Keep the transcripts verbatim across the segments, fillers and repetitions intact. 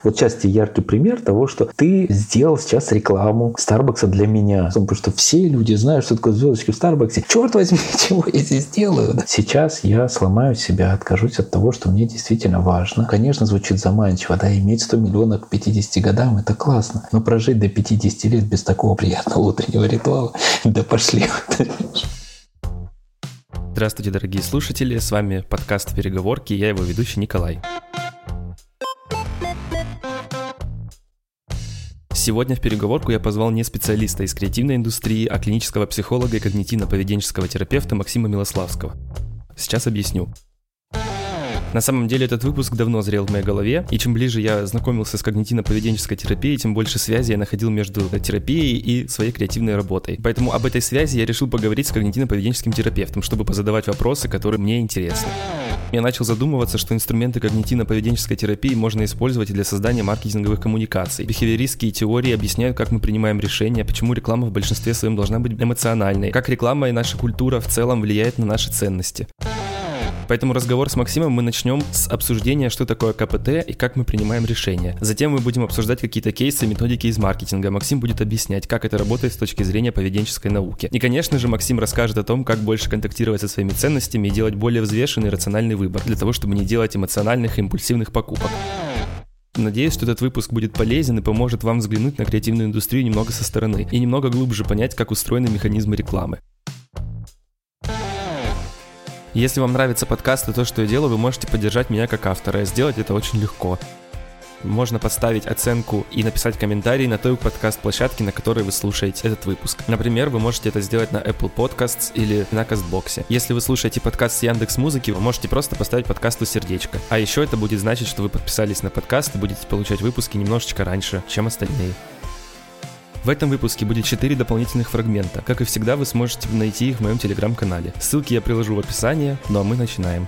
Вот сейчас тебе яркий пример того, что ты сделал сейчас рекламу Starbucks для меня. Потому что все люди знают, что такое звездочки в Starbucks. Черт возьми, чего я здесь делаю? Сейчас я сломаю себя, откажусь от того, что мне действительно важно. Конечно, звучит заманчиво, да, иметь сто миллионов к пятидесяти годам — это классно. Но прожить до пятидесяти лет без такого приятного утреннего ритуала, да пошли. Здравствуйте, дорогие слушатели, с вами подкаст «Переговорки», я его ведущий Николай. Сегодня в переговорку я позвал не специалиста из креативной индустрии, а клинического психолога и когнитивно-поведенческого терапевта Максима Милославского. Сейчас объясню. На самом деле этот выпуск давно зрел в моей голове, и чем ближе я знакомился с когнитивно-поведенческой терапией, тем больше связи я находил между терапией и своей креативной работой. Поэтому об этой связи я решил поговорить с когнитивно-поведенческим терапевтом, чтобы позадавать вопросы, которые мне интересны. Я начал задумываться, что инструменты когнитивно-поведенческой терапии можно использовать и для создания маркетинговых коммуникаций. Бихевиористские теории объясняют, как мы принимаем решения, почему реклама в большинстве своем должна быть эмоциональной, как реклама и наша культура в целом влияет на наши ценности. Поэтому разговор с Максимом мы начнем с обсуждения, что такое ка пэ тэ и как мы принимаем решения. Затем мы будем обсуждать какие-то кейсы, методики из маркетинга. Максим будет объяснять, как это работает с точки зрения поведенческой науки. И, конечно же, Максим расскажет о том, как больше контактировать со своими ценностями и делать более взвешенный и рациональный выбор, для того, чтобы не делать эмоциональных и импульсивных покупок. Надеюсь, что этот выпуск будет полезен и поможет вам взглянуть на креативную индустрию немного со стороны и немного глубже понять, как устроены механизмы рекламы. Если вам нравится подкаст и то, что я делаю, вы можете поддержать меня как автора. Сделать это очень легко. Можно поставить оценку и написать комментарий на той подкаст-площадке, на которой вы слушаете этот выпуск. Например, вы можете это сделать на Apple Podcasts или на Кастбоксе. Если вы слушаете подкаст с Яндекс.Музыки, вы можете просто поставить подкасту сердечко. А еще это будет значить, что вы подписались на подкаст и будете получать выпуски немножечко раньше, чем остальные. В этом выпуске будет четыре дополнительных фрагмента. Как и всегда, вы сможете найти их в моем телеграм-канале. Ссылки я приложу в описании, ну а мы начинаем.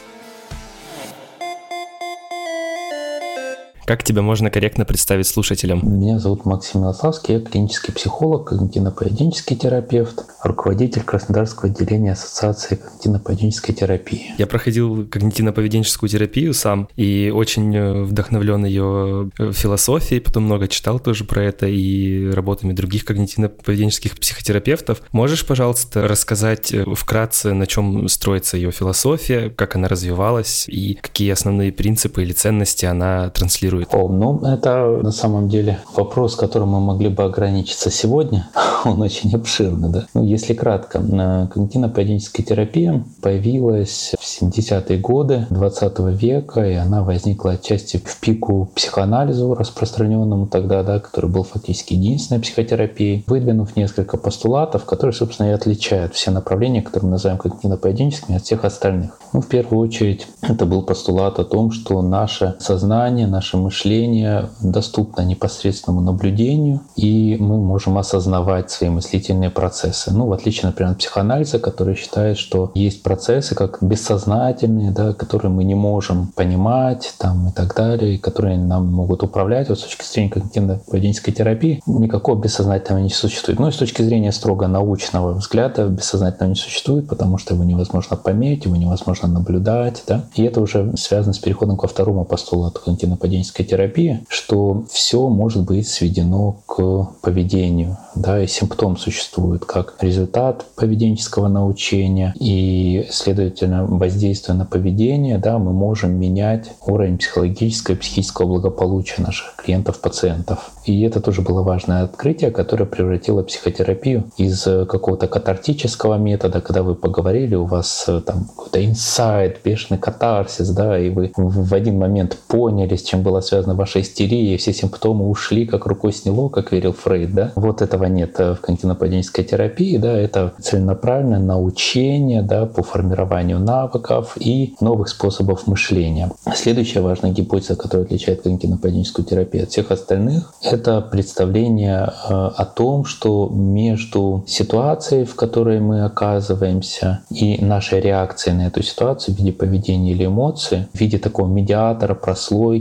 Как тебя можно корректно представить слушателям? Меня зовут Максим Милославский, я клинический психолог, когнитивно-поведенческий терапевт, руководитель Краснодарского отделения Ассоциации когнитивно-поведенческой терапии. Я проходил когнитивно-поведенческую терапию сам и очень вдохновлен ее философией, потом много читал тоже про это и работами других когнитивно-поведенческих психотерапевтов. Можешь, пожалуйста, рассказать вкратце, на чем строится ее философия, как она развивалась и какие основные принципы или ценности она транслирует? О, ну, это на самом деле вопрос, которым мы могли бы ограничиться сегодня. Он очень обширный, да. Ну, если кратко, когнитивно-поведенческая терапия появилась в семидесятые годы двадцатого века, и она возникла отчасти в пику психоанализу распространенному тогда, да, который был фактически единственной психотерапией, выдвинув несколько постулатов, которые, собственно, и отличают все направления, которые мы называем когнитивно-поведенческими, от всех остальных. Ну, в первую очередь, это был постулат о том, что наше сознание, наше мышление доступно непосредственному наблюдению, и мы можем осознавать свои мыслительные процессы. Ну, в отличие, например, от психоанализа, который считает, что есть процессы как бессознательные, да, которые мы не можем понимать там, и так далее, которые нам могут управлять. Вот с точки зрения когнитивно-поведенческой терапии никакого бессознательного не существует. Ну и с точки зрения строго научного взгляда бессознательного не существует, потому что его невозможно померить, его невозможно наблюдать. Да? И это уже связано с переходом ко второму постулату когнитивно-поведенческой терапии, что все может быть сведено к поведению. Да, и симптом существует как результат поведенческого научения, и, следовательно, воздействуя на поведение, да, мы можем менять уровень психологического и психического благополучия наших клиентов, пациентов. И это тоже было важное открытие, которое превратило психотерапию из какого-то катартического метода, когда вы поговорили, у вас там какой-то инсайт, бешеный катарсис, да, и вы в один момент поняли, с чем была связана ваша истерия, и все симптомы ушли, как рукой сняло, как верил Фрейд, да. Вот этого нет в когнитивно-поведенческой терапии, да, это целенаправленное научение, да, по формированию навыков и новых способов мышления. Следующая важная гипотеза, которая отличает когнитивно-поведенческую терапию от всех остальных, это представление о том, что между ситуацией, в которой мы оказываемся, и нашей реакцией на эту ситуацию в виде поведения или эмоций, в виде такого медиатора, прослойки,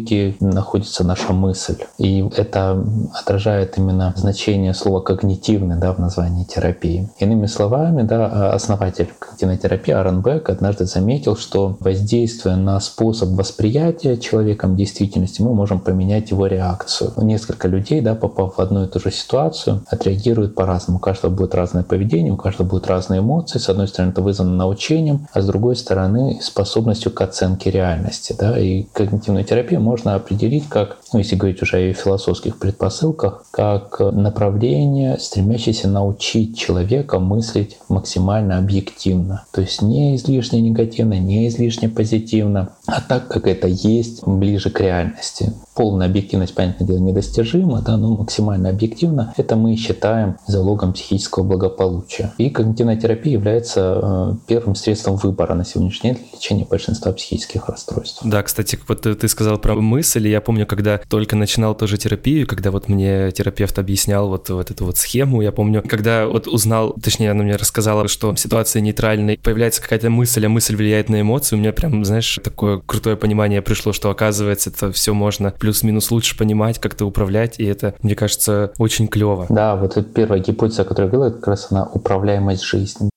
находится наша мысль. И это отражает именно значение слова «когнитивный», да, в названии терапии. Иными словами, да, основатель когнитивной терапии Аарон Бек однажды заметил, что воздействуя на способ восприятия человеком действительности, мы можем поменять его реакцию. Несколько людей, да, попав в одну и ту же ситуацию, отреагируют по-разному. У каждого будет разное поведение, у каждого будут разные эмоции. С одной стороны, это вызвано научением, а с другой стороны, способностью к оценке реальности. Да? И когнитивную терапию можно определить как, ну, если говорить уже о философских предпосылках, как направление, стремящееся научить человека мыслить максимально объективно. То есть не излишне негативно, не излишне позитивно, а так, как это есть, ближе к реальности. Полная объективность, понятное дело, недостижима, да, но максимально объективно это мы считаем залогом психического благополучия. И когнитивная терапия является первым средством выбора на сегодняшний день для лечения большинства психических расстройств. Да, кстати, вот ты сказал про мысль, и я помню, когда только начинал тоже терапию, когда вот мне терапевт объяснял вот, вот эту вот схему, я помню, когда вот узнал, точнее, она мне рассказала, что в ситуации нейтральной появляется какая-то мысль, а мысль влияет на эмоции, у меня прям, знаешь, такое крутое понимание пришло, что оказывается это все можно плюс-минус лучше понимать, как-то управлять, и это, мне кажется, очень клево. Да, вот эта первая гипотеза, о которой я говорил, это как раз она управляемость жизни.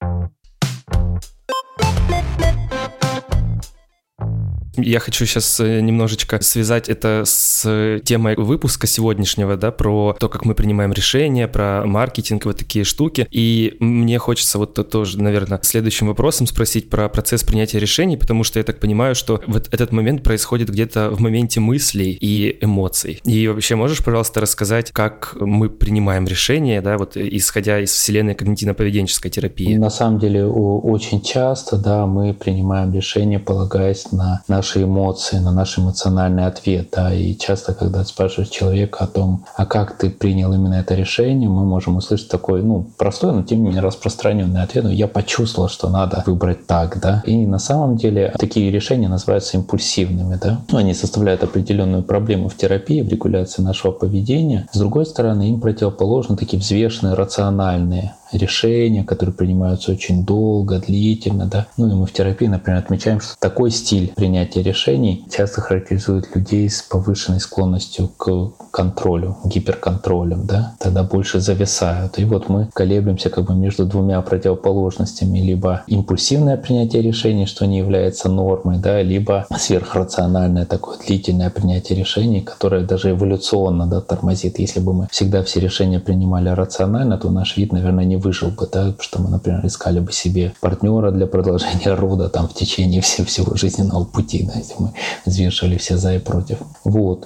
Я хочу сейчас немножечко связать это с темой выпуска сегодняшнего, да, про то, как мы принимаем решения, про маркетинг, вот такие штуки. И мне хочется вот тоже, наверное, следующим вопросом спросить про процесс принятия решений, потому что я так понимаю, что вот этот момент происходит где-то в моменте мыслей и эмоций. И вообще можешь, пожалуйста, рассказать, как мы принимаем решения, да, вот исходя из вселенной когнитивно-поведенческой терапии? На самом деле очень часто, да, мы принимаем решения, полагаясь на наши эмоции, на наш эмоциональный ответ, да, и часто, когда спрашиваешь человека о том, а как ты принял именно это решение, мы можем услышать такой, ну, простой, но тем не менее распространенный ответ, ну, я почувствовал, что надо выбрать так, да, и на самом деле такие решения называются импульсивными, да, ну, они составляют определенную проблему в терапии, в регуляции нашего поведения, с другой стороны, им противоположны такие взвешенные, рациональные решения, которые принимаются очень долго, длительно, да. Ну и мы в терапии, например, отмечаем, что такой стиль принятия решений часто характеризует людей с повышенной склонностью к контролю, гиперконтролем, да. Тогда больше зависают. И вот мы колеблемся как бы между двумя противоположностями: либо импульсивное принятие решений, что не является нормой, да, либо сверхрациональное такое длительное принятие решений, которое даже эволюционно, да, тормозит. Если бы мы всегда все решения принимали рационально, то наш вид, наверное, не выжил бы, да, потому что мы, например, искали бы себе партнера для продолжения рода там в течение всего, всего жизненного пути, да, если мы взвешивали все за и против. Вот.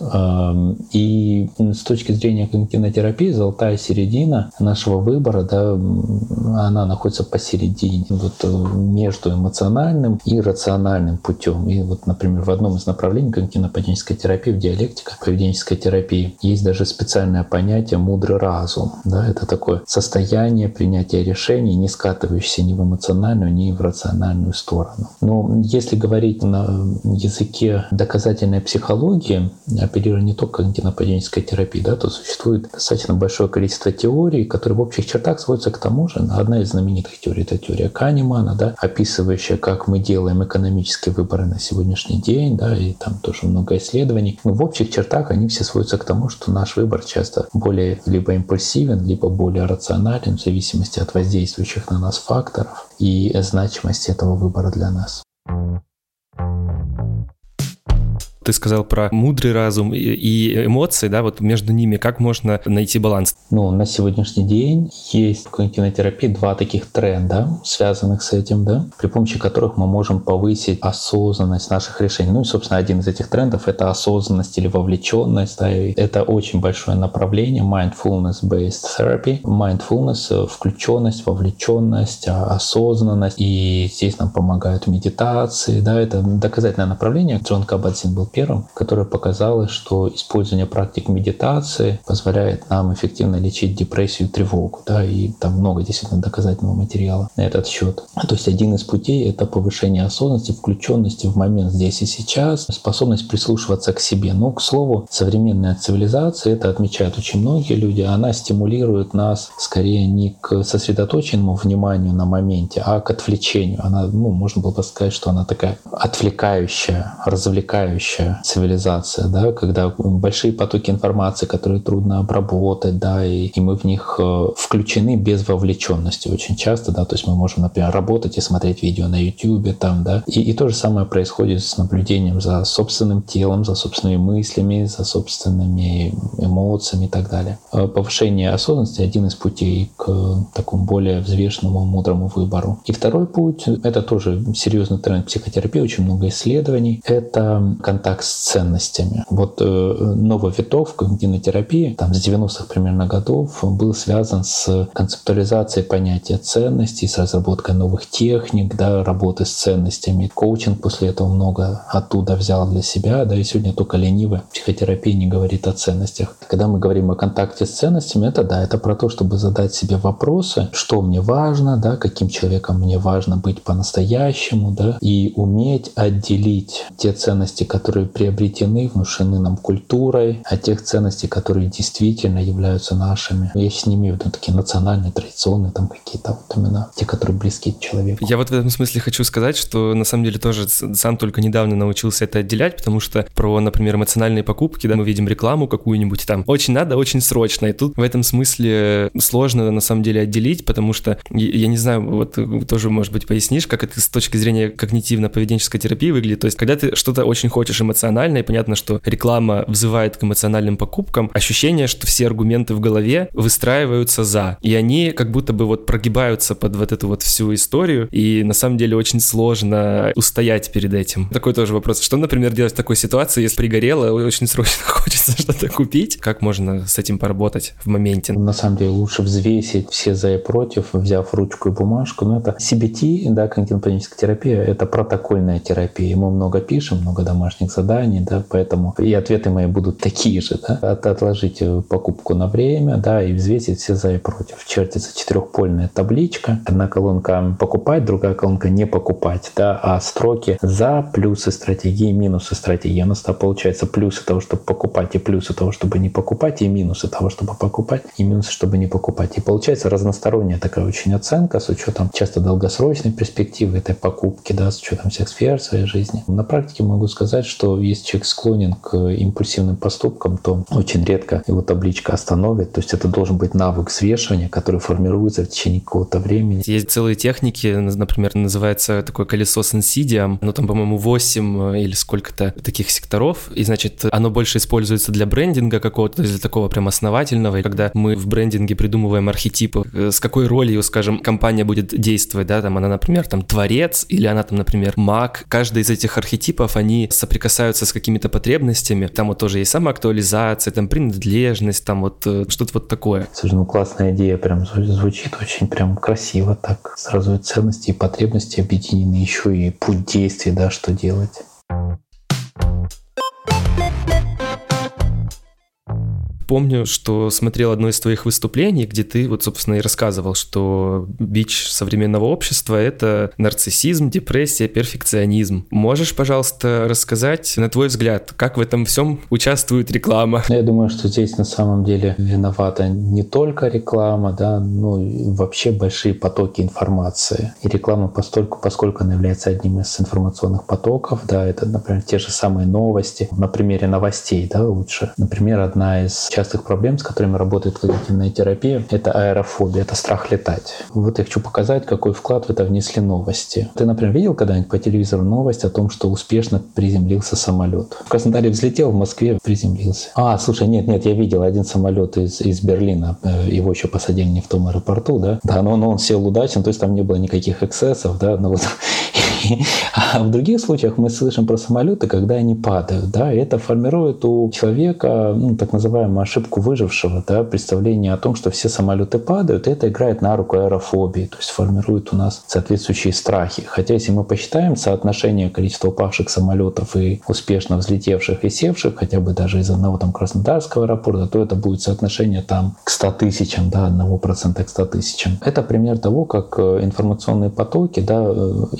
И с точки зрения когнитивной терапии золотая середина нашего выбора, да, она находится посередине, вот между эмоциональным и рациональным путем. И вот, например, в одном из направлений когнитивно-поведенческой терапии, в диалектике поведенческой терапии, есть даже специальное понятие «мудрый разум». Да, это такое состояние принятия решений, не скатывающееся ни в эмоциональную, ни в рациональную сторону. Но если говорить на языке доказательной психологии, оперируя не только когнитивно-поведенческой терапией, да, то существует достаточно большое количество теорий, которые в общих чертах сводятся к тому же. Одна из знаменитых теорий — это теория Канемана, да, описывающая, как мы делаем экономические выборы на сегодняшний день, да, и там тоже много исследований. Но в общих чертах они все сводятся к тому, что наш выбор часто более либо импульсивен, либо более рационален, в зависимости от воздействующих на нас факторов и значимости этого выбора для нас. Ты сказал про мудрый разум и эмоции, да, вот между ними как можно найти баланс? Ну, на сегодняшний день есть в когнитивной терапии два таких тренда, связанных с этим, да, при помощи которых мы можем повысить осознанность наших решений. Ну и, собственно, один из этих трендов — это осознанность или вовлеченность, да, и это очень большое направление mindfulness-based therapy. Mindfulness — включенность, вовлеченность, осознанность, и здесь нам помогают медитации, да, это доказательное направление. Джон Кабат-Зинн был первым, которое показало, что использование практик медитации позволяет нам эффективно лечить депрессию и тревогу. Да, и там много действительно доказательного материала на этот счет. То есть один из путей — это повышение осознанности, включенности в момент здесь и сейчас, способность прислушиваться к себе. Но, к слову, современная цивилизация, это отмечают очень многие люди, она стимулирует нас скорее не к сосредоточенному вниманию на моменте, а к отвлечению. Она, ну, можно было бы сказать, что она такая отвлекающая, развлекающая предыдущая цивилизация, да, когда большие потоки информации, которые трудно обработать, да, и, и мы в них включены без вовлеченности очень часто, да, то есть мы можем, например, работать и смотреть видео на YouTube, там, да, и, и то же самое происходит с наблюдением за собственным телом, за собственными мыслями, за собственными эмоциями и так далее. Повышение осознанности — один из путей к такому более взвешенному, мудрому выбору. И второй путь — это тоже серьезный тренд психотерапии, очень много исследований, это контакт с ценностями. Вот новый виток в когнитивной терапии, там, с девяностых примерно годов, был связан с концептуализацией понятия ценностей, с разработкой новых техник, да, работы с ценностями. Коучинг после этого много оттуда взял для себя, да, и сегодня только ленивый в психотерапии не говорит о ценностях. Когда мы говорим о контакте с ценностями, это да, это про то, чтобы задать себе вопросы, что мне важно, да, каким человеком мне важно быть по-настоящему, да, и уметь отделить те ценности, которые приобретены, внушены нам культурой, от тех ценностей, которые действительно являются нашими. Я сейчас не имею в виду такие национальные, традиционные, там какие-то вот именно те, которые близки к человеку. Я вот в этом смысле хочу сказать, что на самом деле тоже сам только недавно научился это отделять, потому что про, например, эмоциональные покупки, да, мы видим рекламу какую-нибудь там, очень надо, очень срочно, и тут в этом смысле сложно на самом деле отделить, потому что, я не знаю, вот тоже, может быть, пояснишь, как это с точки зрения когнитивно-поведенческой терапии выглядит, то есть когда ты что-то очень хочешь эмоционально, и понятно, что реклама взывает к эмоциональным покупкам, ощущение, что все аргументы в голове выстраиваются за, и они как будто бы вот прогибаются под вот эту вот всю историю, и на самом деле очень сложно устоять перед этим. Такой тоже вопрос. Что, например, делать в такой ситуации, если пригорело, очень срочно хочется что-то купить? Как можно с этим поработать в моменте? На самом деле лучше взвесить все за и против, взяв ручку и бумажку. Но это си би ти, да, когнитивно-поведенческая терапия, это протокольная терапия. Мы много пишем, много домашних заданий, да, поэтому и ответы мои будут такие же, да. От, отложить покупку на время, да, и взвесить все за и против. Чертится четырехпольная табличка. Одна колонка покупать, другая колонка не покупать, да, а строки за, плюсы стратегии, минусы стратегии. У нас там получается плюсы того, чтобы покупать, и плюсы того, чтобы не покупать, и минусы того, чтобы покупать, и минусы, чтобы не покупать. И получается разносторонняя такая очень оценка с учетом часто долгосрочной перспективы этой покупки, да, с учетом всех сфер своей жизни. На практике могу сказать, что если человек склонен к импульсивным поступкам, то очень редко его табличка остановит. То есть это должен быть навык взвешивания, который формируется в течение какого-то времени. Есть целые техники, например, называется такое колесо Сенсидиум, но там, по-моему, восемь или сколько-то таких секторов, и, значит, оно больше используется для брендинга какого-то, то есть для такого прям основательного, и когда мы в брендинге придумываем архетипы, с какой ролью, скажем, компания будет действовать, да, там она, например, там творец, или она там, например, маг, каждый из этих архетипов, они соприкасаются с какими-то потребностями, там вот тоже есть самоактуализация, там принадлежность, там вот что-то вот такое. Слушай, ну классная идея, прям звучит очень прям красиво так, сразу и ценности, и потребности объединены, еще и путь действий, да, что делать. Помню, что смотрел одно из твоих выступлений, где ты вот, собственно, и рассказывал, что бич современного общества — это нарциссизм, депрессия, перфекционизм. Можешь, пожалуйста, рассказать, на твой взгляд, как в этом всем участвует реклама? Я думаю, что здесь на самом деле виновата не только реклама, да, но и вообще большие потоки информации. И реклама постольку, поскольку она является одним из информационных потоков, да, это, например, те же самые новости. На примере новостей, да, лучше. Например, одна из частых проблем, с которыми работает когнитивная терапия, это аэрофобия, это страх летать. Вот я хочу показать, какой вклад в это внесли новости. Ты, например, видел когда-нибудь по телевизору новость о том, что успешно приземлился самолет? В Краснодаре взлетел, в Москве приземлился. А, слушай, нет, нет, я видел один самолет из, из Берлина, его еще посадили не в том аэропорту, да, да, но, но он сел удачно, то есть там не было никаких эксцессов, да, но вот а в других случаях мы слышим про самолеты, когда они падают, да, и это формирует у человека, ну, так называемую ошибку выжившего, да, представление о том, что все самолеты падают, и это играет на руку аэрофобии, то есть формирует у нас соответствующие страхи. Хотя если мы посчитаем соотношение количества упавших самолетов и успешно взлетевших и севших, хотя бы даже из одного там Краснодарского аэропорта, то это будет соотношение там к ста тысячам, да, одного процента к ста тысячам. Это пример того, как информационные потоки, да, избирать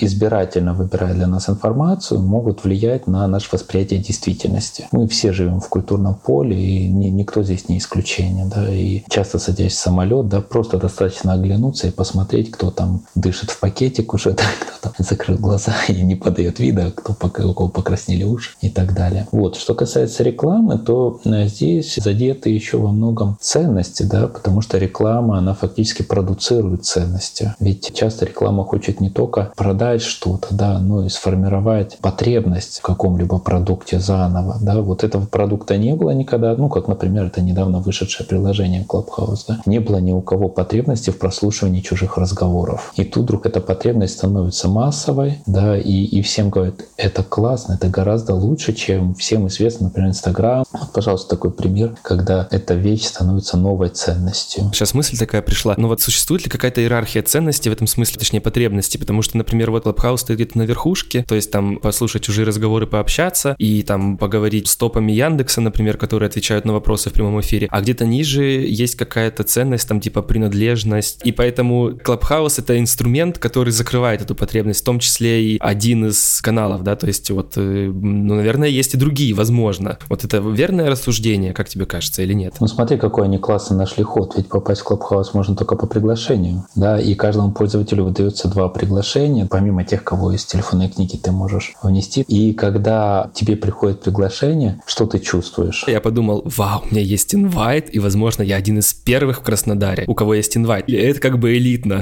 тщательно выбирая для нас информацию, могут влиять на наше восприятие действительности. Мы все живем в культурном поле, и ни, никто здесь не исключение. Да? И часто, садясь в самолет, да, просто достаточно оглянуться и посмотреть, кто там дышит в пакетик уже, да, кто там закрыл глаза и не подает вида, кто, у кого покраснели уши и так далее. Вот. Что касается рекламы, то здесь задеты еще во многом ценности, да, потому что реклама, она фактически продуцирует ценности. Ведь часто реклама хочет не только продать что-то, да, но и сформировать потребность в каком-либо продукте заново. Да. Вот этого продукта не было никогда, ну, как, например, это недавно вышедшее приложение Clubhouse, да, не было ни у кого потребности в прослушивании чужих разговоров. И тут вдруг эта потребность становится массовой, да, и, и всем говорят, это классно, это гораздо лучше, чем всем известно, например, Инстаграм. Вот, пожалуйста, такой пример, когда эта вещь становится новой ценностью. Сейчас мысль такая пришла. Ну вот существует ли какая-то иерархия ценностей в этом смысле, точнее потребностей? Потому что, например, вот Clubhouse стоит где-то на верхушке, то есть там послушать чужие разговоры, пообщаться и там поговорить с топами Яндекса, например, которые отвечают на вопросы в прямом эфире. А где-то ниже есть какая-то ценность, там типа принадлежность. И поэтому Clubhouse — это инструмент, который закрывает эту потребность, в том числе и один из каналов, да, то есть вот, ну, наверное, есть и другие, возможно. Вот это верное рассуждение, как тебе кажется, или нет? Ну, смотри, какой они классно нашли ход. Ведь попасть в Clubhouse можно только по приглашению, да, и каждому пользователю выдается два приглашения, помимо тех, кого из телефонной книги ты можешь внести. И когда тебе приходит приглашение, что ты чувствуешь? Я подумал, вау, у меня есть инвайт, и, возможно, я один из первых в Краснодаре, у кого есть инвайт. Это как бы элитно.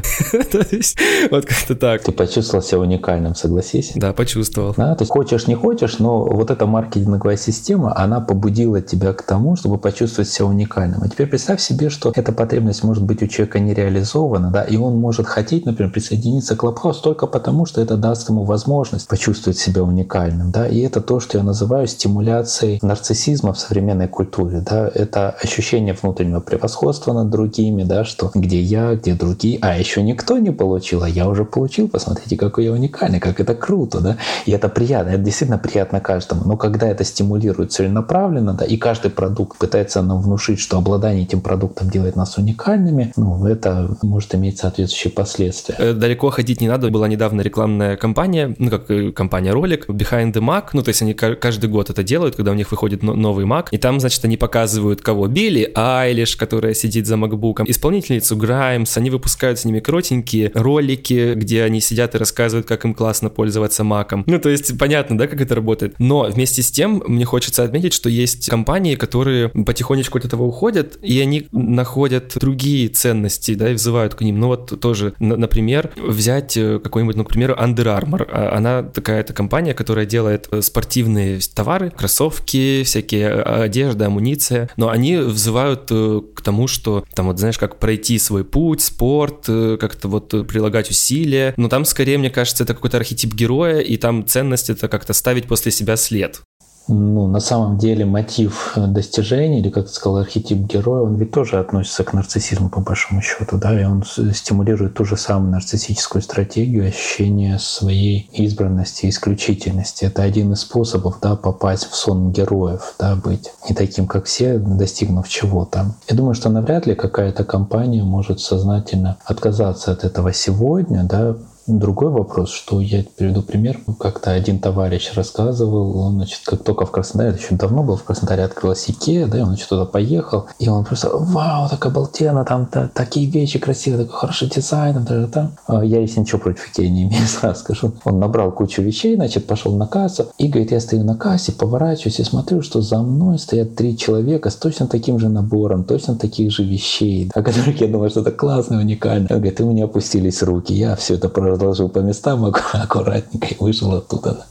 Вот как-то так. Ты почувствовал себя уникальным, согласись? Да, почувствовал. Да, то есть хочешь, не хочешь, но вот эта маркетинговая система, она побудила тебя к тому, чтобы почувствовать себя уникальным. А теперь представь себе, что эта потребность может быть у человека не реализована, да, и он может хотеть, например, присоединиться к Clubhouse только потому, что это даст ему возможность почувствовать себя уникальным, да, и это то, что я называю стимуляцией нарциссизма в современной культуре, да, это ощущение внутреннего превосходства над другими, да, что где я, где другие, а еще никто не получил, а я уже получил, посмотрите, какой я уникальный, как это круто, да, и это приятно, это действительно приятно каждому, но когда это стимулирует целенаправленно, да, и каждый продукт пытается нам внушить, что обладание этим продуктом делает нас уникальными, ну, это может иметь соответствующие последствия. Далеко ходить не надо, была недавно рекламная кампания, ну, как компания ролик, Behind the Mac, ну, то есть они каждый год это делают, когда у них выходит новый Mac, и там, значит, они показывают кого? Билли Айлиш, которая сидит за макбуком, исполнительницу Граймс, они выпускают с ними коротенькие ролики, где они сидят и рассказывают, как им классно пользоваться Маком. Ну, то есть понятно, да, как это работает. Но вместе с тем мне хочется отметить, что есть компании, которые потихонечку от этого уходят, и они находят другие ценности, да, и взывают к ним. Ну, вот тоже, например, взять какой-нибудь, ну, к примеру, Under Armour. Она такая-то компания, которая делает спортивные товары, кроссовки, всякие одежда, амуниция, но они взывают к тому, что там вот, знаешь, как пройти свой путь, спорт, как-то вот прилагать усилия, но там скорее, мне кажется, это какой-то архетип героя, и там ценность — это как-то ставить после себя след. Ну, на самом деле мотив достижения, или, как ты сказал, архетип героя, он ведь тоже относится к нарциссизму, по большому счету, да, и он стимулирует ту же самую нарциссическую стратегию, ощущение своей избранности, исключительности. Это один из способов, да, попасть в сон героев, да, быть не таким, как все, достигнув чего-то. Я думаю, что навряд ли какая-то компания может сознательно отказаться от этого сегодня, да. Другой вопрос, что я приведу пример. Как-то один товарищ рассказывал, он, значит, как только в Краснодаре, это еще давно был, в Краснодаре открылась Икеа, да, и он, значит, туда поехал, и он просто, вау, так обалденно, там та, такие вещи красивые, такой хороший дизайн, там, там. Я, если ничего против Икеи не имею, сразу скажу. Он набрал кучу вещей, значит, пошел на кассу, и говорит, я стою на кассе, поворачиваюсь и смотрю, что за мной стоят три человека с точно таким же набором, точно таких же вещей, о которых я думаю, что это классно, уникально. Он говорит, и у меня опустились руки, я все это разложил по местам аккуратненько и вышел оттуда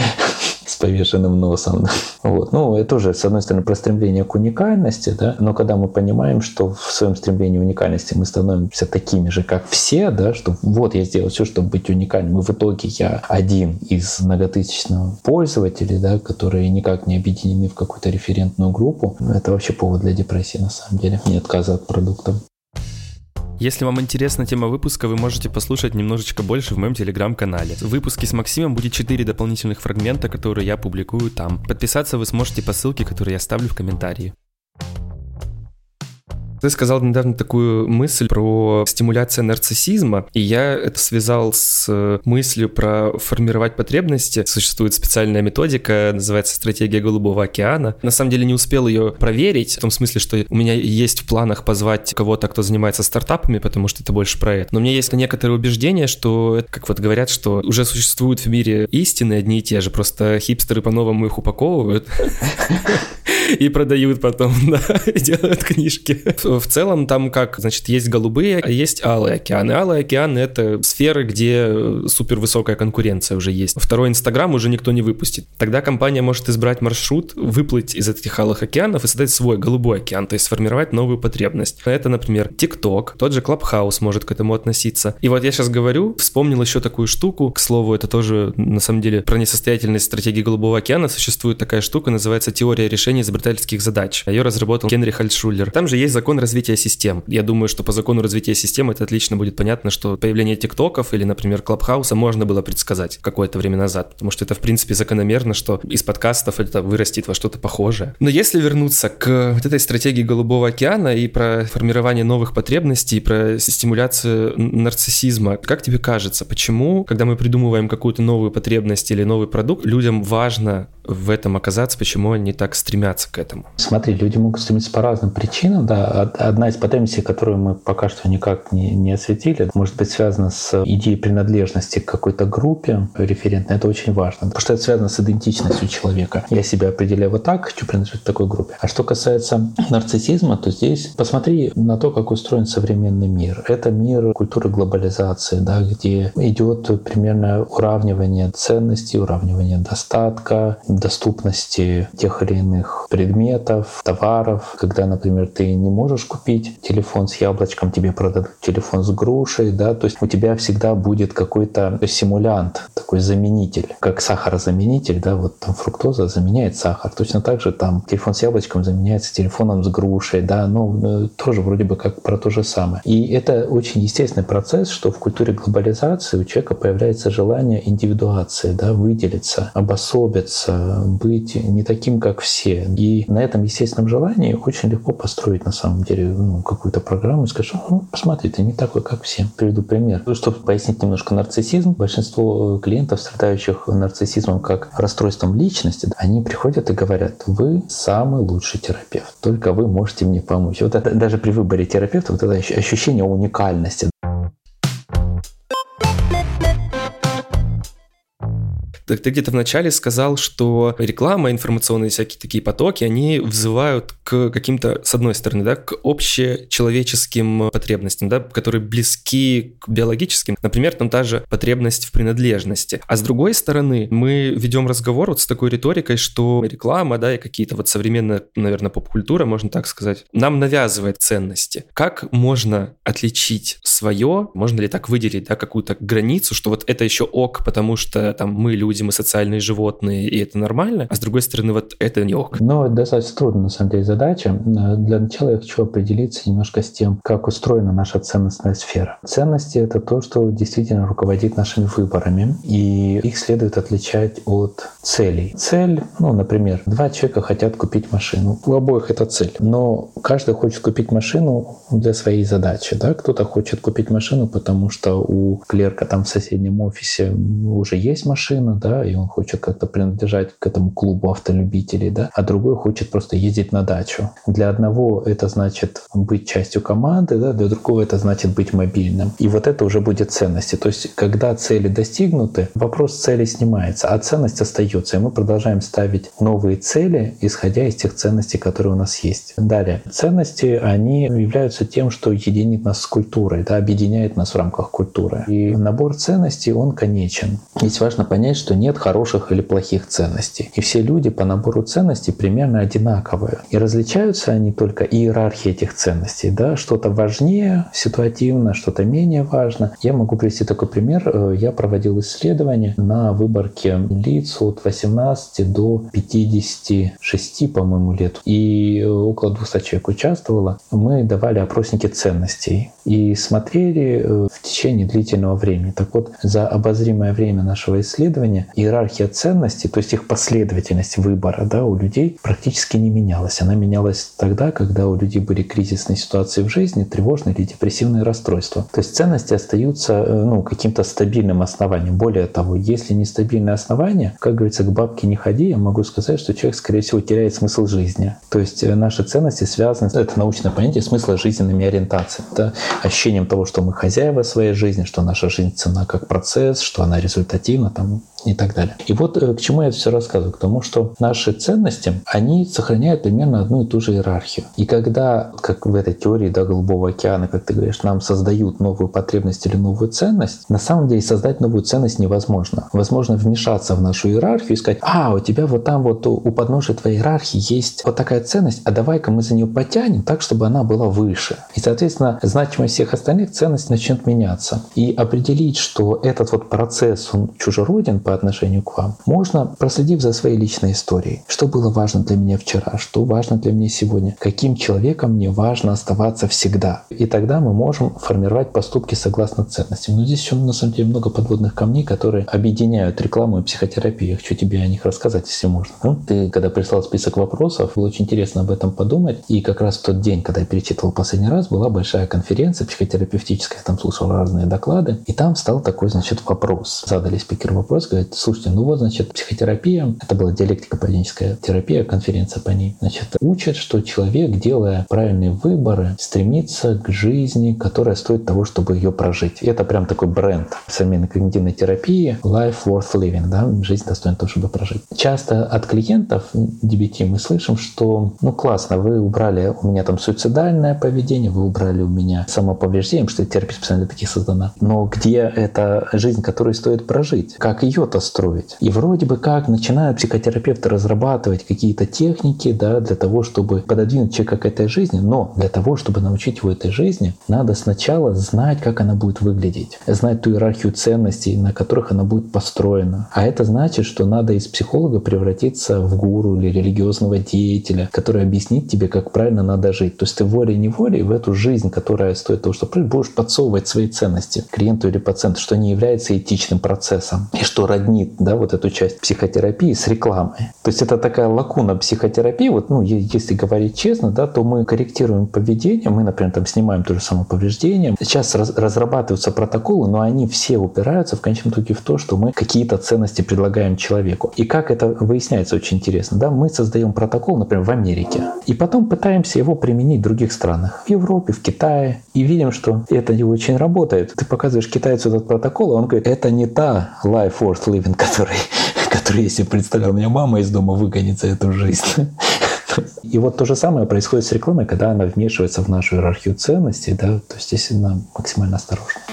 с повешенным носом. Вот. Ну, это тоже, с одной стороны, про стремление к уникальности, да, но когда мы понимаем, что в своем стремлении к уникальности мы становимся такими же, как все, да, что вот я сделал все, чтобы быть уникальным, и в итоге я один из многотысячных пользователей, да, которые никак не объединены в какую-то референтную группу, это вообще повод для депрессии, на самом деле, не отказа от продуктов. Если вам интересна тема выпуска, вы можете послушать немножечко больше в моем телеграм-канале. В выпуске с Максимом будет четыре дополнительных фрагмента, которые я публикую там. Подписаться вы сможете по ссылке, которую я ставлю в комментарии. Ты сказал недавно такую мысль про стимуляцию нарциссизма, и я это связал с мыслью про формировать потребности. Существует специальная методика, называется «Стратегия Голубого океана». На самом деле не успел ее проверить, в том смысле, что у меня есть в планах позвать кого-то, кто занимается стартапами, потому что это больше про это. Но у меня есть некоторые убеждения, что, как вот говорят, что уже существуют в мире истины одни и те же, просто хипстеры по-новому их упаковывают и продают потом, да, и делают книжки. В целом там как, значит, есть голубые, а есть алые океаны. Алые океаны — это сферы, где супервысокая конкуренция уже есть. Второй Инстаграм уже никто не выпустит. Тогда компания может избрать маршрут, выплыть из этих алых океанов и создать свой голубой океан, то есть сформировать новую потребность. Это, например, TikTok, тот же Clubhouse может к этому относиться. И вот я сейчас говорю, вспомнил еще такую штуку, к слову, это тоже, на самом деле, про несостоятельность стратегии Голубого океана. Существует такая штука, называется теория решения изобретательских задач. Ее разработал Генрих Альтшулер. Там же есть закон развития систем. Я думаю, что по закону развития систем это отлично будет понятно, что появление тиктоков или, например, Клабхауса можно было предсказать какое-то время назад, потому что это, в принципе, закономерно, что из подкастов это вырастет во что-то похожее. Но если вернуться к вот этой стратегии Голубого океана и про формирование новых потребностей, и про стимуляцию нарциссизма, как тебе кажется, почему, когда мы придумываем какую-то новую потребность или новый продукт, людям важно в этом оказаться, почему они так стремятся к этому? Смотри, люди могут стремиться по разным причинам. Да. Одна из потребностей, которую мы пока что никак не, не осветили, может быть связана с идеей принадлежности к какой-то группе референтной. Это очень важно, потому что это связано с идентичностью человека. Я себя определяю вот так, хочу принадлежать к такой группе. А что касается нарциссизма, то здесь посмотри на то, как устроен современный мир. Это мир культуры глобализации, да, где идет примерно уравнивание ценностей, уравнивание достатка, доступности тех или иных предметов, товаров. Когда, например, ты не можешь купить телефон с яблочком, тебе продадут телефон с грушей, да, то есть у тебя всегда будет какой-то симулянт, такой заменитель, как сахарозаменитель, да, вот там фруктоза заменяет сахар. Точно так же там телефон с яблочком заменяется телефоном с грушей, да, ну, тоже вроде бы как про то же самое. И это очень естественный процесс, что в культуре глобализации у человека появляется желание индивидуации, да, выделиться, обособиться, быть не таким, как все. И на этом естественном желании очень легко построить на самом деле ну, какую-то программу и сказать, ну, посмотри, ты не такой, как все. Приведу пример. Чтобы пояснить немножко нарциссизм, большинство клиентов, страдающих нарциссизмом как расстройством личности, они приходят и говорят, вы самый лучший терапевт, только вы можете мне помочь. Вот это, даже при выборе терапевта вот это ощущение уникальности. Ты где-то вначале сказал, что реклама, информационные всякие такие потоки, они взывают к каким-то, с одной стороны, да, к общечеловеческим потребностям, да, которые близки к биологическим. Например, там та же потребность в принадлежности. А с другой стороны, мы ведем разговор вот с такой риторикой, что реклама, да, и какие-то вот современная, наверное, поп-культура, можно так сказать, нам навязывает ценности. Как можно отличить свое, можно ли так выделить, да, какую-то границу, что вот это еще ок, потому что там мы люди, мы социальные животные, и это нормально, а с другой стороны, вот это не ок. Но это достаточно трудная, на самом деле, задача. Для начала я хочу определиться немножко с тем, как устроена наша ценностная сфера. Ценности — это то, что действительно руководит нашими выборами, и их следует отличать от целей. Цель, ну, например, два человека хотят купить машину. У обоих это цель, но каждый хочет купить машину для своей задачи. Да? Кто-то хочет купить машину, потому что у клерка там в соседнем офисе уже есть машина, да, и он хочет как-то принадлежать к этому клубу автолюбителей, да, а другой хочет просто ездить на дачу. Для одного это значит быть частью команды, да, для другого это значит быть мобильным. И вот это уже будет ценности. То есть, когда цели достигнуты, вопрос цели снимается, а ценность остается, и мы продолжаем ставить новые цели, исходя из тех ценностей, которые у нас есть. Далее. Ценности, они являются тем, что единит нас с культурой, да, объединяет нас в рамках культуры. И набор ценностей, он конечен. Здесь важно понять, что нет хороших или плохих ценностей. И все люди по набору ценностей примерно одинаковые. И различаются они только иерархией этих ценностей. Да? Что-то важнее ситуативно, что-то менее важно. Я могу привести такой пример. Я проводил исследование на выборке лиц от восемнадцати до пятидесяти шести, по-моему, лет. И около двухсот человек участвовало. Мы давали опросники ценностей и смотрели в течение длительного времени. Так вот, за обозримое время нашего исследования жизни иерархия ценностей, то есть их последовательность выбора, да, у людей практически не менялась. Она менялась тогда, когда у людей были кризисные ситуации в жизни, тревожные или депрессивные расстройства. То есть ценности остаются ну, каким-то стабильным основанием. Более того, если нестабильное основание, как говорится, к бабке не ходи, я могу сказать, что человек, скорее всего, теряет смысл жизни. То есть наши ценности связаны, это научное понятие смысла жизненными ориентациями. Это ощущением того, что мы хозяева своей жизни, что наша жизнь ценна как процесс, что она результативна там, и так далее. И вот к чему я это все рассказываю? К тому, что наши ценности, они сохраняют примерно одну и ту же иерархию. И когда, как в этой теории да, Голубого океана, как ты говоришь, нам создают новую потребность или новую ценность, на самом деле создать новую ценность невозможно. Возможно вмешаться в нашу иерархию и сказать: а, у тебя вот там вот у подножия твоей иерархии есть вот такая ценность, а давай-ка мы за нее потянем так, чтобы она была выше. И, соответственно, значимость всех остальных ценностей начнет меняться. И определить, что этот вот процесс, он чужероден по отношению к вам, можно, проследив за своей личной историей. Что было важно для меня вчера, что важно для меня сегодня, каким человеком мне важно оставаться всегда. И тогда мы можем формировать поступки согласно ценностям. Но здесь еще на самом деле много подводных камней, которые объединяют рекламу и психотерапию. Я хочу тебе о них рассказать, если можно. Ну, ты, когда прислал список вопросов, было очень интересно об этом подумать. И как раз в тот день, когда я перечитывал последний раз, была большая конференция психотерапевтическая, я там слушал разные доклады. И там стал такой, значит, вопрос. Задали спикеру вопрос, говорит: слушайте, ну вот, значит, психотерапия, это была диалектико-поведенческая терапия, конференция по ней, значит, учат, что человек, делая правильные выборы, стремится к жизни, которая стоит того, чтобы ее прожить. И это прям такой бренд современной когнитивной терапии life worth living, да, жизнь достойна того, чтобы прожить. Часто от клиентов ди би ти мы слышим, что ну классно, вы убрали у меня там суицидальное поведение, вы убрали у меня самоповреждение, потому что терапия специально для таких создана. Но где эта жизнь, которую стоит прожить? Как ее-то строить? И вроде бы как начинают психотерапевты разрабатывать какие-то техники, да, для того, чтобы пододвинуть человека к этой жизни, но для того, чтобы научить его этой жизни, надо сначала знать, как она будет выглядеть, знать ту иерархию ценностей, на которых она будет построена. А это значит, что надо из психолога превратиться в гуру или религиозного деятеля, который объяснит тебе, как правильно надо жить. То есть ты волей-неволей в эту жизнь, которая стоит того, что будешь подсовывать свои ценности клиенту или пациенту, что не является этичным процессом и что роднит, да, вот эту часть психотерапии с рекламой. То есть это такая лакуна психотерапии. Вот, ну, если говорить честно, да, то мы корректируем поведение, мы, например, там снимаем то же самое повреждение. Сейчас раз, разрабатываются протоколы, но они все упираются в конечном итоге в то, что мы какие-то ценности предлагаем человеку. И как это выясняется, очень интересно. Да? Мы создаем протокол, например, в Америке, и потом пытаемся его применить в других странах. В Европе, в Китае. И видим, что это не очень работает. Ты показываешь китайцу этот протокол, а он говорит: это не та life worth living, который, который я себе представлял. У меня мама из дома выгонит за эту жизнь. И вот то же самое происходит с рекламой, когда она вмешивается в нашу иерархию ценностей, да, то есть здесь она максимально осторожна.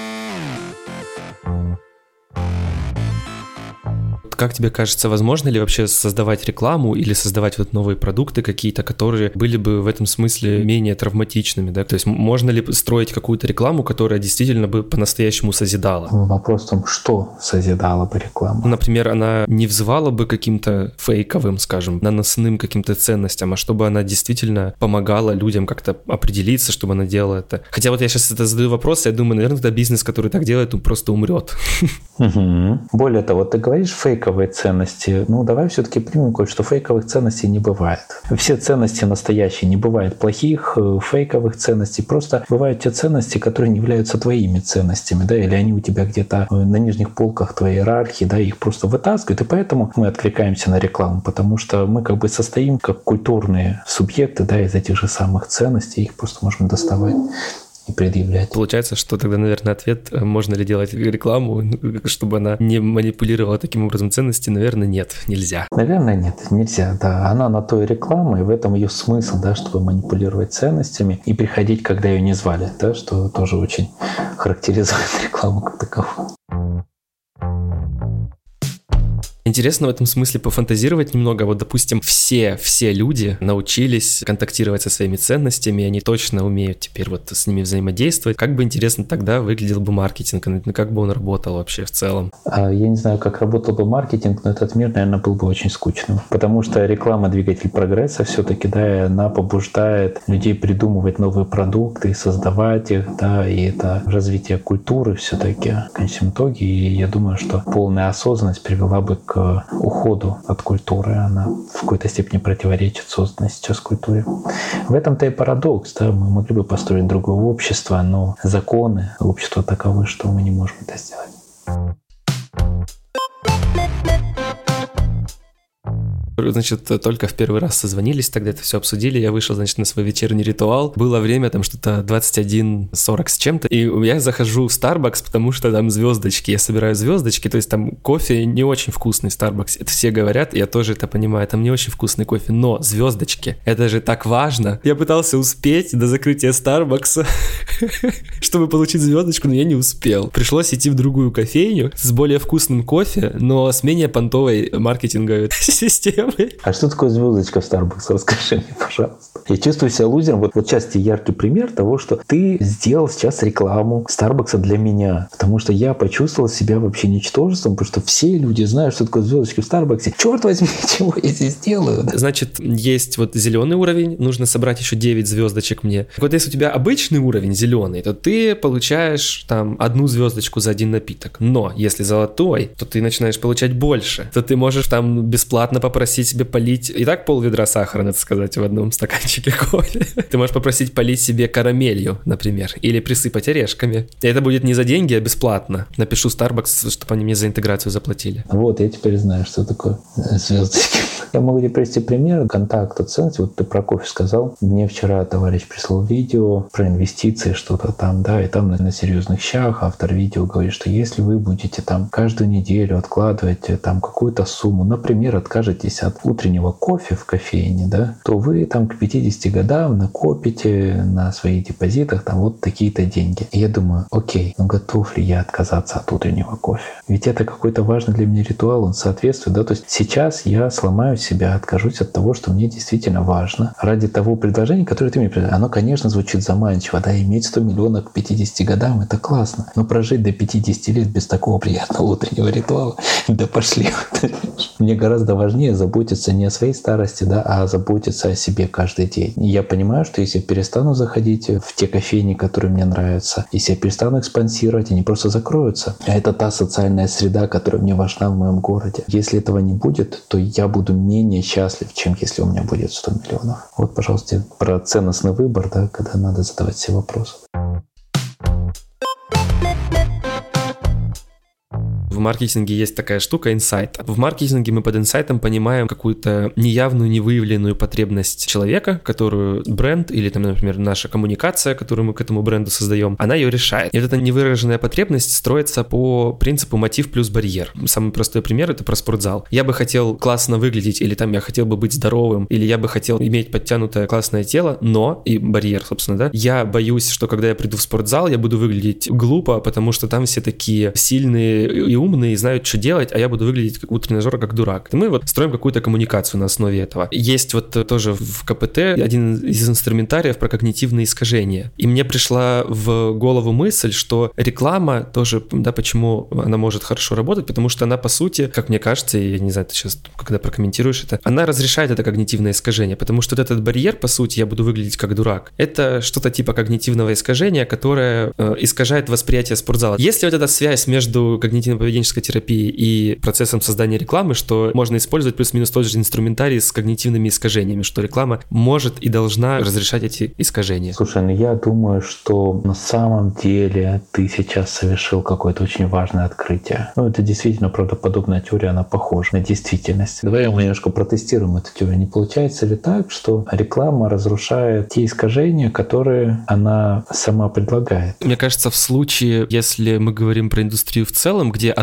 Как тебе кажется, возможно ли вообще создавать рекламу или создавать вот новые продукты какие-то, которые были бы в этом смысле менее травматичными, да? То есть можно ли строить какую-то рекламу, которая действительно бы по-настоящему созидала? Вопрос в том, что созидала бы реклама. Например, она не взывала бы каким-то фейковым, скажем, наносным каким-то ценностям, а чтобы она действительно помогала людям как-то определиться, чтобы она делала это. Хотя вот я сейчас это задаю вопрос, я думаю, наверное, тогда бизнес, который так делает, он просто умрет. Угу. Более того, ты говоришь фейковый ценности. Ну, давай все-таки примем кое, что фейковых ценностей не бывает. Все ценности настоящие. Не бывает плохих, фейковых ценностей. Просто бывают те ценности, которые не являются твоими ценностями, да, или они у тебя где-то на нижних полках твоей иерархии, да, их просто вытаскивают, и поэтому мы откликаемся на рекламу, потому что мы как бы состоим как культурные субъекты, да, из этих же самых ценностей, их просто можем доставать и предъявлять. Получается, что тогда, наверное, ответ, можно ли делать рекламу, чтобы она не манипулировала таким образом ценности, наверное, нет, нельзя. Наверное, нет, нельзя, да. Она на то и реклама, и в этом ее смысл, да, чтобы манипулировать ценностями и приходить, когда ее не звали, да, что тоже очень характеризует рекламу как таковую. интересно в этом смысле пофантазировать немного. Вот, допустим, все, все люди научились контактировать со своими ценностями, они точно умеют теперь вот с ними взаимодействовать. Как бы интересно тогда выглядел бы маркетинг, как бы он работал вообще в целом? Я не знаю, как работал бы маркетинг, но этот мир, наверное, был бы очень скучным. Потому что реклама — двигатель прогресса все-таки, да, и она побуждает людей придумывать новые продукты, создавать их, да, и это развитие культуры все-таки в конечном итоге. И я думаю, что полная осознанность привела бы к уходу от культуры. Она в какой-то степени противоречит созданной сейчас культуре. В этом-то и парадокс, да, мы могли бы построить другое общество, но законы общества таковы, что мы не можем это сделать. Значит, только в первый раз созвонились, тогда это все обсудили, я вышел, значит, на свой вечерний ритуал. Было время там что-то двадцать один сорок с чем-то, и я захожу в Starbucks, потому что там звездочки, я собираю звездочки, то есть там кофе не очень вкусный в Starbucks, это все говорят, я тоже это понимаю, там не очень вкусный кофе, но звездочки, это же так важно. Я пытался успеть до закрытия Starbucks, чтобы получить звездочку, но я не успел. Пришлось идти в другую кофейню с более вкусным кофе, но с менее понтовой маркетинговой системой. А что такое звездочка в Starbucks? Расскажи мне, пожалуйста. Я чувствую себя лузером. Вот, вот сейчас тебе яркий пример того, что ты сделал сейчас рекламу Starbucks для меня. Потому что я почувствовал себя вообще ничтожеством, потому что все люди знают, что такое звездочки в Starbucks. Черт возьми, чего я здесь делаю? Значит, есть вот зеленый уровень, нужно собрать еще девять звездочек мне. Вот если у тебя обычный уровень зеленый, то ты получаешь там одну звездочку за один напиток. Но если золотой, то ты начинаешь получать больше. То ты можешь там бесплатно попросить себе полить, и так пол-ведра сахара, надо сказать, в одном стаканчике кофе. Ты можешь попросить полить себе карамелью, например, или присыпать орешками. И это будет не за деньги, а бесплатно. Напишу Starbucks, чтобы они мне за интеграцию заплатили. Вот, я теперь знаю, что такое звездочки. Я могу тебе привести пример контакта ценности. Вот ты про кофе сказал. Мне вчера товарищ прислал видео про инвестиции, что-то там, да, и там на, на серьезных щах автор видео говорит, что если вы будете там каждую неделю откладывать там какую-то сумму, например, откажетесь от утреннего кофе в кофейне, да, то вы там к пятидесяти годам накопите на своих депозитах там вот такие-то деньги. И я думаю, окей, ну готов ли я отказаться от утреннего кофе? Ведь это какой-то важный для меня ритуал, он соответствует, да, то есть сейчас я сломаю себя, откажусь от того, что мне действительно важно, ради того предложения, которое ты мне предлагаешь. Оно, конечно, звучит заманчиво, да, иметь сто миллионов к пятидесяти годам, это классно, но прожить до пятидесяти лет без такого приятного утреннего ритуала, да пошли. Мне гораздо важнее заботиться не о своей старости, да, а заботиться о себе каждый день. И я понимаю, что если я перестану заходить в те кофейни, которые мне нравятся, если я перестану их спонсировать, они просто закроются. А это та социальная среда, которая мне важна в моем городе. Если этого не будет, то я буду менее счастлив, чем если у меня будет сто миллионов. Вот, пожалуйста, про ценностный выбор, да, когда надо задавать все вопросы. В маркетинге есть такая штука — инсайт. В маркетинге мы под инсайтом понимаем какую-то неявную, невыявленную потребность человека, которую бренд или, там, например, наша коммуникация, которую мы к этому бренду создаем, она ее решает. И вот эта невыраженная потребность строится по принципу мотив плюс барьер. Самый простой пример — это про спортзал. Я бы хотел классно выглядеть, или там я хотел бы быть здоровым, или я бы хотел иметь подтянутое классное тело, но, и барьер, собственно, да, я боюсь, что когда я приду в спортзал, я буду выглядеть глупо, потому что там все такие сильные и умные, и знают, что делать, а я буду выглядеть как у тренажера как дурак. И мы вот строим какую-то коммуникацию на основе этого. Есть вот тоже в ка пэ тэ один из инструментариев про когнитивные искажения. И мне пришла в голову мысль, что реклама тоже, да, почему она может хорошо работать, потому что она, по сути, как мне кажется, я не знаю, ты сейчас, когда прокомментируешь это, она разрешает это когнитивное искажение, потому что вот этот барьер, по сути, я буду выглядеть как дурак, это что-то типа когнитивного искажения, которое э, искажает восприятие спортзала. Есть ли вот эта связь между когнитивно-поведенческой терапии и процессом создания рекламы, что можно использовать плюс-минус тот же инструментарий с когнитивными искажениями, что реклама может и должна разрешать эти искажения? Слушай, ну я думаю, что на самом деле ты сейчас совершил какое-то очень важное открытие. Ну, это действительно правдоподобная теория, она похожа на действительность. Давай мы немножко протестируем эту теорию. Не получается ли так, что реклама разрушает те искажения, которые она сама предлагает? Мне кажется, в случае, если мы говорим про индустрию в целом, где одно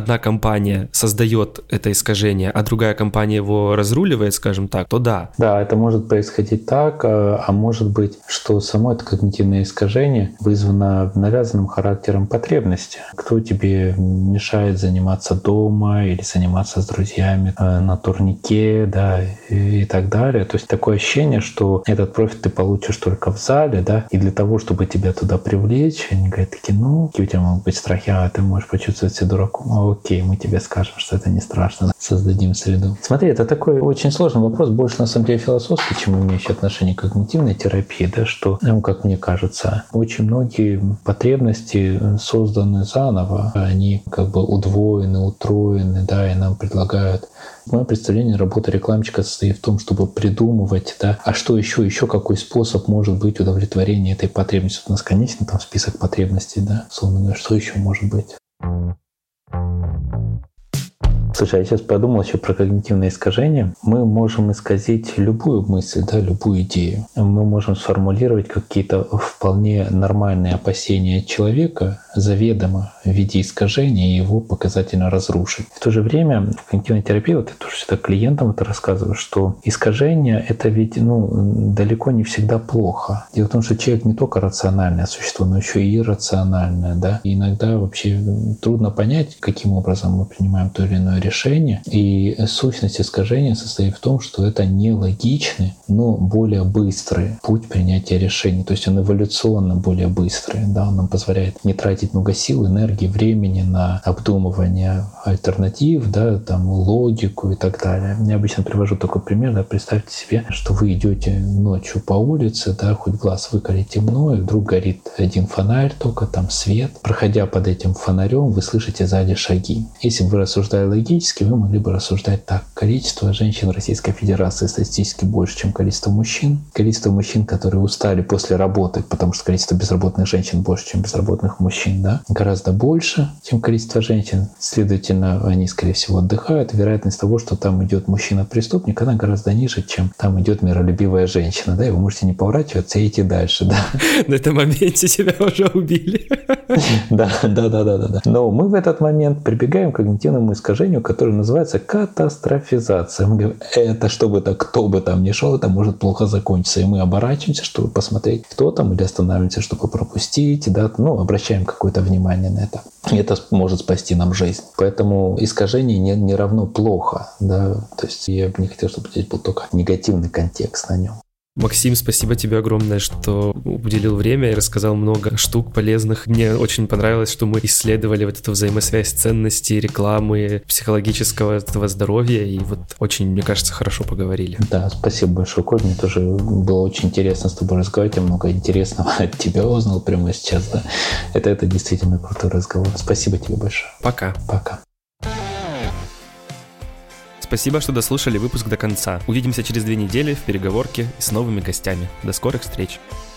одна компания создает это искажение, а другая компания его разруливает, скажем так, то да. Да, это может происходить так, а может быть, что само это когнитивное искажение вызвано навязанным характером потребности. Кто тебе мешает заниматься дома или заниматься с друзьями на турнике, да, и так далее. То есть такое ощущение, что этот профит ты получишь только в зале, да, и для того, чтобы тебя туда привлечь, они говорят такие, ну, какие у тебя могут быть страхи, а ты можешь почувствовать себя дураком. Ну, окей, мы тебе скажем, что это не страшно, создадим среду. Смотри, это такой очень сложный вопрос, больше на самом деле философский, чем имеющий отношение к когнитивной терапии, да, что, ну, как мне кажется, очень многие потребности созданы заново, они как бы удвоены, утроены, да, и нам предлагают. Мое представление работы рекламщика состоит в том, чтобы придумывать, да, а что еще, еще какой способ может быть удовлетворения этой потребности. У нас, конечно, там список потребностей, да, условно говоря, что еще может быть. Слушай, я сейчас подумал еще про когнитивное искажение. Мы можем исказить любую мысль, да, любую идею. Мы можем сформулировать какие-то вполне нормальные опасения человека заведомо в виде искажения и его показательно разрушить. В то же время в когнитивной терапии, вот я тоже всегда клиентам это рассказываю, что искажение — это ведь ну, далеко не всегда плохо. Дело в том, что человек не только рациональное существо, но еще и иррациональное. Да? И иногда вообще трудно понять, каким образом мы принимаем то или иное решение. И сущность искажения состоит в том, что это нелогичный, но более быстрый путь принятия решений. То есть он эволюционно более быстрый. Да? Он нам позволяет не тратить много сил, энергии, времени на обдумывание альтернатив, да, там, логику и так далее. Я обычно привожу такой пример. Да, представьте себе, что вы идете ночью по улице, да, хоть глаз выколи темно, и вдруг горит один фонарь, только там свет. Проходя под этим фонарем, вы слышите сзади шаги. Если бы вы рассуждали логически, вы могли бы рассуждать так. Количество женщин в Российской Федерации статистически больше, чем количество мужчин. Количество мужчин, которые устали после работы, потому что количество безработных женщин больше, чем безработных мужчин, да, гораздо больше, чем количество женщин. Следовательно, они, скорее всего, отдыхают. Вероятность того, что там идет мужчина-преступник, она гораздо ниже, чем там идет миролюбивая женщина. Да, и вы можете не поворачиваться и идти дальше. Да. На этом моменте тебя уже убили. Да, да, да, да, да. Но мы в этот момент прибегаем к когнитивному искажению, которое называется катастрофизация. Мы говорим, это что бы то, кто бы там ни шел, это может плохо закончиться. И мы оборачиваемся, чтобы посмотреть, кто там, или останавливаемся, чтобы пропустить, да, ну, обращаем какое-то внимание на это. И это может спасти нам жизнь. Поэтому искажение не, не равно плохо. Да? То есть я бы не хотел, чтобы здесь был только негативный контекст на нем. Максим, спасибо тебе огромное, что уделил время и рассказал много штук полезных. Мне очень понравилось, что мы исследовали вот эту взаимосвязь ценностей, рекламы, психологического этого здоровья, и вот очень, мне кажется, хорошо поговорили. Да, спасибо большое, Коль. Мне тоже было очень интересно с тобой разговаривать. Я много интересного от тебя узнал прямо сейчас. Да? Это, это действительно крутой разговор. Спасибо тебе большое. Пока. Пока. Спасибо, что дослушали выпуск до конца. Увидимся через две недели в переговорке с новыми гостями. До скорых встреч!